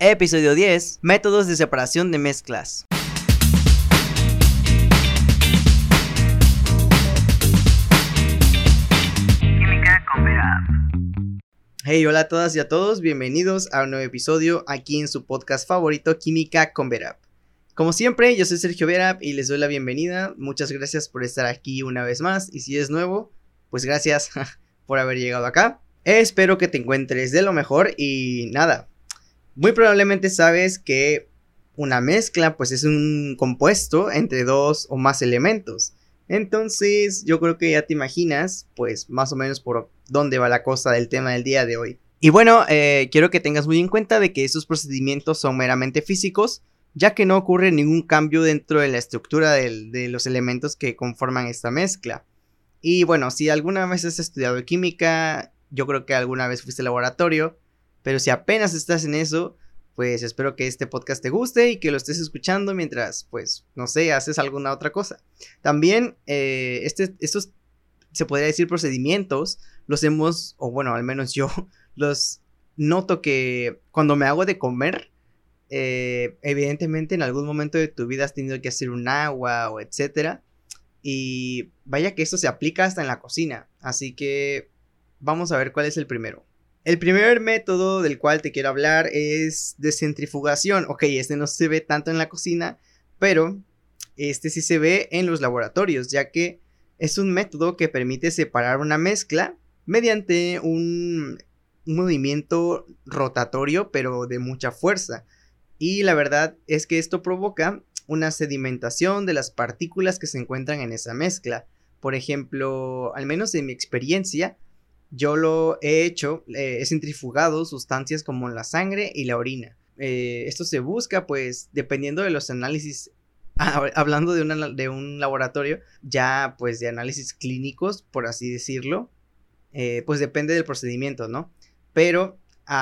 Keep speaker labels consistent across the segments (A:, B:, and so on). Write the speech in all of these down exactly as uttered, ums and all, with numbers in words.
A: Episodio diez. Métodos de separación de mezclas.
B: Química con Verap.
A: Hey, hola a todas y a todos, bienvenidos a un nuevo episodio aquí en su podcast favorito, Química con Verap. Como siempre, yo soy Sergio Verap y les doy la bienvenida. Muchas gracias por estar aquí una vez más, y si es nuevo, pues gracias por haber llegado acá. Espero que te encuentres de lo mejor y nada, muy probablemente sabes que una mezcla pues es un compuesto entre dos o más elementos. Entonces yo creo que ya te imaginas pues más o menos por dónde va la cosa del tema del día de hoy. Y bueno, eh, quiero que tengas muy en cuenta de que estos procedimientos son meramente físicos, ya que no ocurre ningún cambio dentro de la estructura del, de los elementos que conforman esta mezcla. Y bueno, si alguna vez has estudiado química, yo creo que alguna vez fuiste al laboratorio, pero si apenas estás en eso, pues espero que este podcast te guste y que lo estés escuchando mientras, pues, no sé, haces alguna otra cosa. También, eh, este, estos, se podría decir procedimientos, los hemos, o bueno, al menos yo, los noto que cuando me hago de comer, eh, evidentemente en algún momento de tu vida has tenido que hacer un agua o etcétera. Y vaya que esto se aplica hasta en la cocina, así que vamos a ver cuál es el primero. El primer método del cual te quiero hablar es de centrifugación. Ok, este no se ve tanto en la cocina, pero este sí se ve en los laboratorios, ya que es un método que permite separar una mezcla mediante un, un movimiento rotatorio, pero de mucha fuerza. Y la verdad es que esto provoca una sedimentación de las partículas que se encuentran en esa mezcla. Por ejemplo, al menos en mi experiencia, yo lo he hecho, eh, he centrifugado sustancias como la sangre y la orina. Eh, esto se busca, pues, dependiendo de los análisis, ah, hablando de, una, de un laboratorio, ya, pues, de análisis clínicos, por así decirlo, eh, pues depende del procedimiento, ¿no? Pero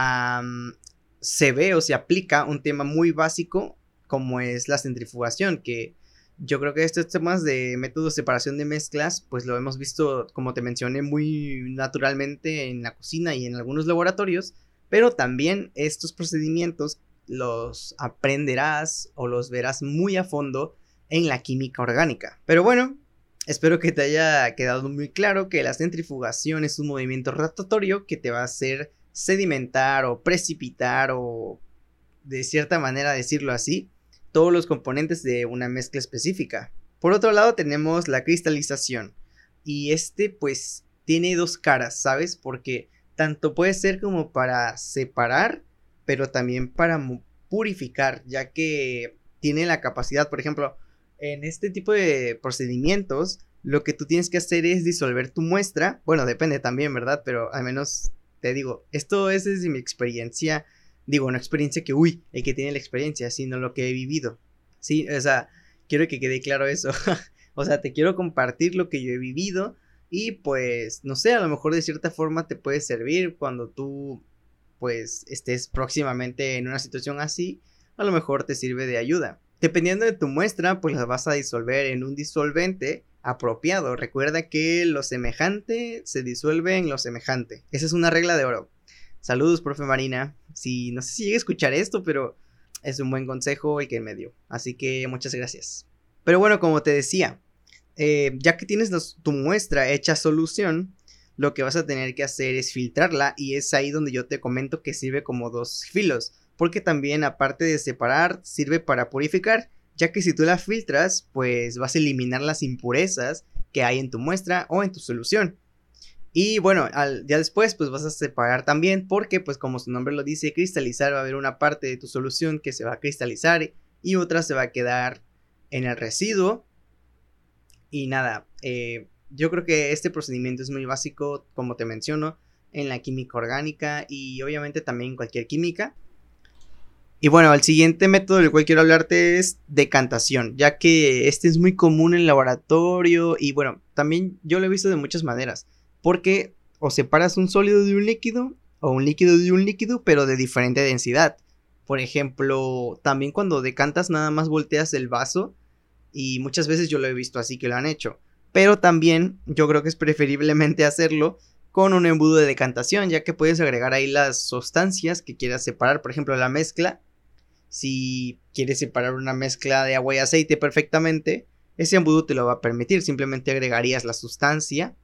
A: um, se ve o se aplica un tema muy básico como es la centrifugación, que yo creo que estos temas de métodos de separación de mezclas, pues lo hemos visto, como te mencioné, muy naturalmente en la cocina y en algunos laboratorios, pero también estos procedimientos los aprenderás o los verás muy a fondo en la química orgánica. Pero bueno, espero que te haya quedado muy claro que la centrifugación es un movimiento rotatorio que te va a hacer sedimentar o precipitar o de cierta manera decirlo así, todos los componentes de una mezcla específica. Por otro lado tenemos la cristalización, y este pues tiene dos caras, ¿sabes? Porque tanto puede ser como para separar, pero también para purificar, ya que tiene la capacidad, por ejemplo, en este tipo de procedimientos, lo que tú tienes que hacer es disolver tu muestra. Bueno, depende también, ¿verdad? Pero al menos te digo, esto es desde mi experiencia. Digo, una experiencia que, uy, el que tiene la experiencia, sino lo que he vivido. Sí, o sea, quiero que quede claro eso. O sea, te quiero compartir lo que yo he vivido. Y pues, no sé, a lo mejor de cierta forma te puede servir cuando tú, pues, estés próximamente en una situación así. A lo mejor te sirve de ayuda. Dependiendo de tu muestra, pues la vas a disolver en un disolvente apropiado. Recuerda que lo semejante se disuelve en lo semejante. Esa es una regla de oro. Saludos, profe Marina. Sí, no sé si llegue a escuchar esto, pero es un buen consejo el que me dio. Así que muchas gracias. Pero bueno, como te decía, eh, ya que tienes los, tu muestra hecha solución, lo que vas a tener que hacer es filtrarla, y es ahí donde yo te comento que sirve como dos filos. Porque también, aparte de separar, sirve para purificar, ya que si tú la filtras, pues vas a eliminar las impurezas que hay en tu muestra o en tu solución. Y bueno, al, ya después pues vas a separar también, porque pues como su nombre lo dice, cristalizar, va a haber una parte de tu solución que se va a cristalizar y otra se va a quedar en el residuo. Y nada, eh, yo creo que este procedimiento es muy básico, como te menciono, en la química orgánica y obviamente también en cualquier química. Y bueno, el siguiente método del cual quiero hablarte es decantación, ya que este es muy común en el laboratorio y bueno, también yo lo he visto de muchas maneras. Porque o separas un sólido de un líquido o un líquido de un líquido, pero de diferente densidad. Por ejemplo, también cuando decantas nada más volteas el vaso, y muchas veces yo lo he visto así que lo han hecho. Pero también yo creo que es preferiblemente hacerlo con un embudo de decantación, ya que puedes agregar ahí las sustancias que quieras separar. Por ejemplo, la mezcla Si quieres separar una mezcla de agua y aceite perfectamente, ese embudo te lo va a permitir. Simplemente agregarías la sustancia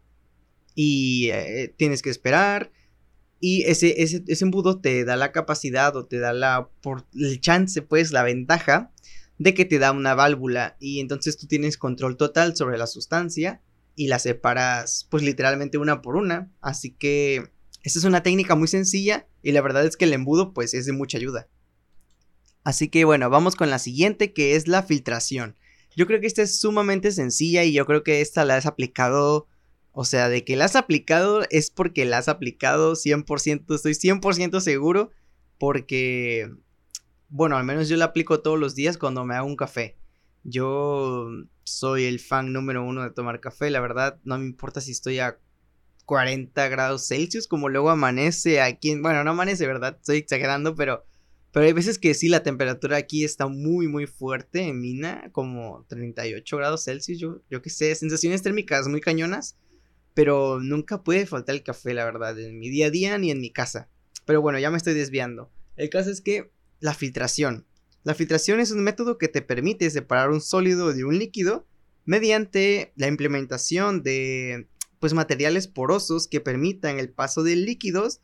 A: y eh, tienes que esperar. Y ese, ese, ese embudo te da la capacidad o te da la, por, el chance, pues, la ventaja de que te da una válvula. Y entonces tú tienes control total sobre la sustancia y la separas, pues, literalmente una por una. Así que esta es una técnica muy sencilla y la verdad es que el embudo, pues, es de mucha ayuda. Así que bueno, vamos con la siguiente, que es la filtración. Yo creo que esta es sumamente sencilla y yo creo que esta la has aplicado... O sea, de que la has aplicado es porque la has aplicado cien por ciento, estoy cien por ciento seguro, porque, bueno, al menos yo la aplico todos los días cuando me hago un café. Yo soy el fan número uno de tomar café, la verdad, no me importa si estoy a cuarenta grados Celsius, como luego amanece aquí, en, bueno, no amanece, ¿verdad? Estoy exagerando, pero, pero hay veces que sí, la temperatura aquí está muy, muy fuerte en Mina, como treinta y ocho grados Celsius, yo, yo qué sé, sensaciones térmicas muy cañonas. Pero nunca puede faltar el café, la verdad, en mi día a día ni en mi casa. Pero bueno, ya me estoy desviando. El caso es que la filtración. La filtración es un método que te permite separar un sólido de un líquido mediante la implementación de, pues, materiales porosos que permitan el paso de líquidos,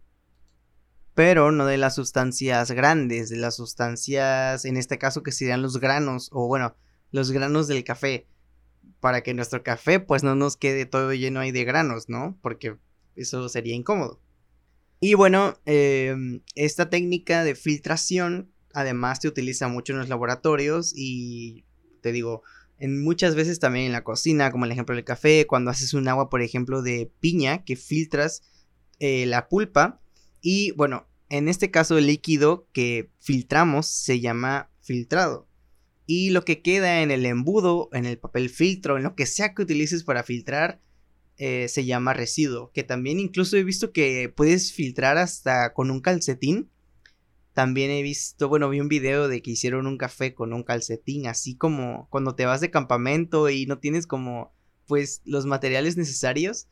A: pero no de las sustancias grandes, de las sustancias, en este caso, que serían los granos, o bueno, los granos del café. Para que nuestro café pues no nos quede todo lleno ahí de granos, ¿no? Porque eso sería incómodo. Y bueno, eh, esta técnica de filtración además se utiliza mucho en los laboratorios y te digo, en muchas veces también en la cocina, como el ejemplo del café, cuando haces un agua, por ejemplo, de piña, que filtras eh, la pulpa y bueno, en este caso el líquido que filtramos se llama filtrado. Y lo que queda en el embudo, en el papel filtro, en lo que sea que utilices para filtrar, eh, se llama residuo. Que también incluso he visto que puedes filtrar hasta con un calcetín. También he visto, bueno, vi un video de que hicieron un café con un calcetín. Así como cuando te vas de campamento y no tienes como, pues, los materiales necesarios.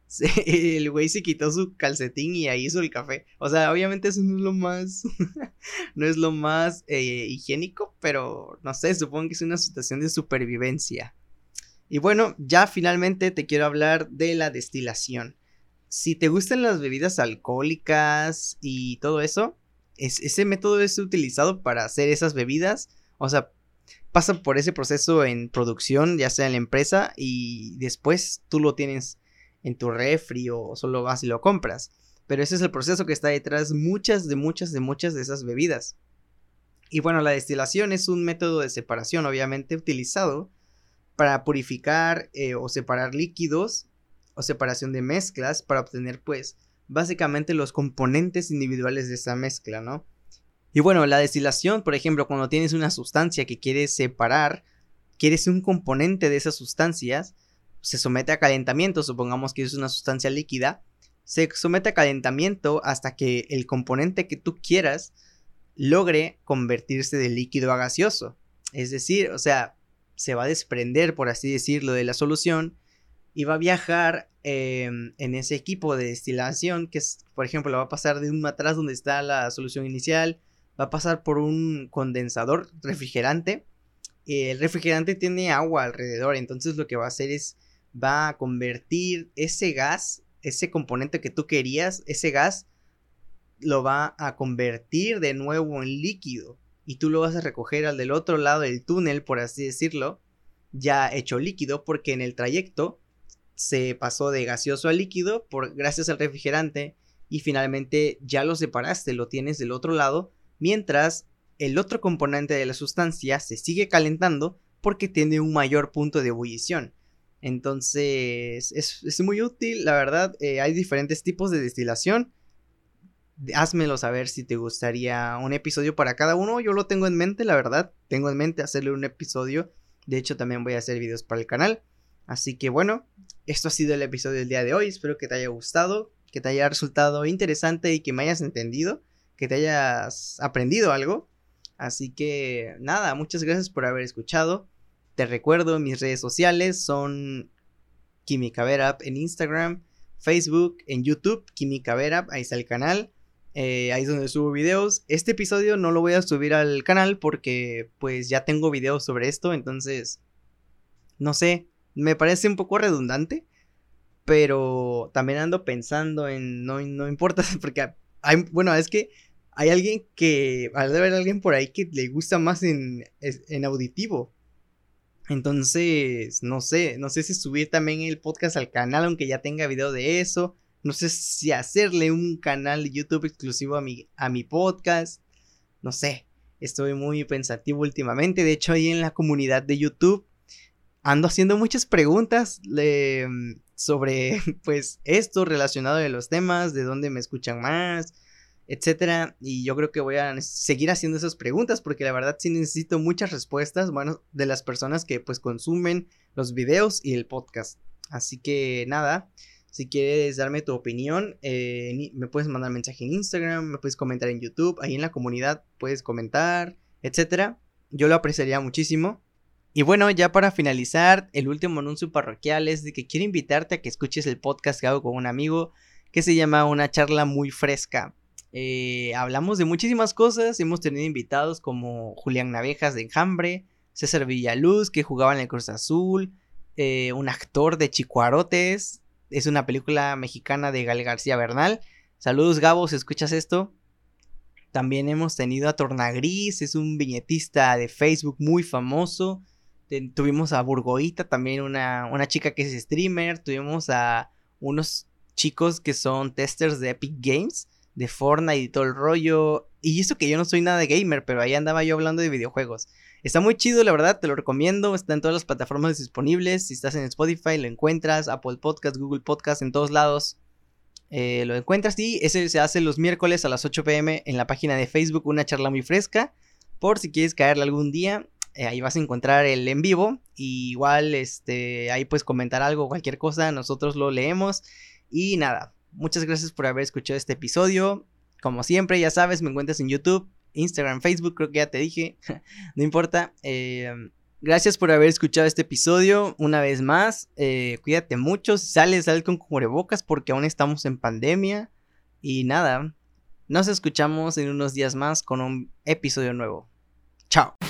A: El güey se quitó su calcetín y ahí hizo el café. O sea, obviamente eso no es lo más no es lo más eh, higiénico, pero no sé, supongo que es una situación de supervivencia. Y bueno, ya finalmente te quiero hablar de la destilación. Si te gustan las bebidas alcohólicas y todo eso, es, ese método es utilizado para hacer esas bebidas. O sea, pasa por ese proceso en producción, ya sea en la empresa, y después tú lo tienes en tu refri o solo vas y lo compras. Pero ese es el proceso que está detrás muchas de muchas de muchas de esas bebidas. Y bueno, la destilación es un método de separación obviamente utilizado para purificar eh, o separar líquidos o separación de mezclas para obtener pues básicamente los componentes individuales de esa mezcla, ¿no? Y bueno, la destilación, por ejemplo, cuando tienes una sustancia que quieres separar, quieres un componente de esas sustancias, se somete a calentamiento, supongamos que es una sustancia líquida, se somete a calentamiento hasta que el componente que tú quieras logre convertirse de líquido a gaseoso. Es decir, o sea, se va a desprender, por así decirlo, de la solución y va a viajar eh, en ese equipo de destilación, que es, por ejemplo, va a pasar de un matraz donde está la solución inicial, va a pasar por un condensador refrigerante. El refrigerante tiene agua alrededor, entonces lo que va a hacer es va a convertir ese gas, ese componente que tú querías, ese gas lo va a convertir de nuevo en líquido y tú lo vas a recoger al del otro lado del túnel, por así decirlo, ya hecho líquido, porque en el trayecto se pasó de gaseoso a líquido por gracias al refrigerante y finalmente ya lo separaste, lo tienes del otro lado, mientras el otro componente de la sustancia se sigue calentando porque tiene un mayor punto de ebullición. Entonces es, es muy útil, la verdad. Eh, hay diferentes tipos de destilación. Házmelo saber si te gustaría un episodio para cada uno. Yo lo tengo en mente, la verdad. Tengo en mente hacerle un episodio. De hecho, también voy a hacer videos para el canal. Así que bueno, esto ha sido el episodio del día de hoy. Espero que te haya gustado, que te haya resultado interesante y que me hayas entendido, que te hayas aprendido algo. Así que nada, muchas gracias por haber escuchado. Te recuerdo, mis redes sociales son Química Verap en Instagram, Facebook, en YouTube, Química Verap, ahí está el canal. Eh, ahí es donde subo videos. Este episodio no lo voy a subir al canal porque pues ya tengo videos sobre esto, entonces no sé, me parece un poco redundante, pero también ando pensando en no, no importa porque hay, bueno, es que hay alguien que, al de haber alguien por ahí que le gusta más en, en auditivo. Entonces, no sé, no sé si subir también el podcast al canal, aunque ya tenga video de eso. No sé si hacerle un canal de YouTube exclusivo a mi, a mi podcast. No sé, estoy muy pensativo últimamente. De hecho, ahí en la comunidad de YouTube ando haciendo muchas preguntas le, sobre, pues, esto relacionado de los temas, de dónde me escuchan más, etcétera, y yo creo que voy a seguir haciendo esas preguntas porque la verdad sí necesito muchas respuestas, bueno, de las personas que pues consumen los videos y el podcast. Así que nada, si quieres darme tu opinión, eh, me puedes mandar mensaje en Instagram, me puedes comentar en YouTube, ahí en la comunidad puedes comentar, etcétera. Yo lo apreciaría muchísimo. Y bueno, ya para finalizar, el último anuncio parroquial es de que quiero invitarte a que escuches el podcast que hago con un amigo que se llama Una Charla Muy Fresca. Eh, hablamos de muchísimas cosas, hemos tenido invitados como Julián Navejas de Enjambre, César Villaluz que jugaba en el Cruz Azul, eh, un actor de Chicuarotes, es una película mexicana de Gael García Bernal. Saludos Gabo, si escuchas esto. También hemos tenido a Tornagris, es un viñetista de Facebook muy famoso. Ten, tuvimos a Burgoita, también una, una chica que es streamer. Tuvimos a unos chicos que son testers de Epic Games, de Fortnite y todo el rollo. Y eso que yo no soy nada de gamer, pero ahí andaba yo hablando de videojuegos. Está muy chido, la verdad, te lo recomiendo. Está en todas las plataformas disponibles. Si estás en Spotify, lo encuentras. Apple Podcast, Google Podcast, en todos lados. Eh, lo encuentras y ese se hace los miércoles a las ocho pm en la página de Facebook, Una Charla Muy Fresca. Por si quieres caerle algún día, eh, ahí vas a encontrar el en vivo. Y igual, este, ahí puedes comentar algo, cualquier cosa, nosotros lo leemos. Y nada, muchas gracias por haber escuchado este episodio. Como siempre, ya sabes, me encuentras en YouTube, Instagram, Facebook, creo que ya te dije. No importa. Eh, gracias por haber escuchado este episodio una vez más. Eh, cuídate mucho. Si sales, sal con cubrebocas porque aún estamos en pandemia. Y nada, nos escuchamos en unos días más con un episodio nuevo. Chao.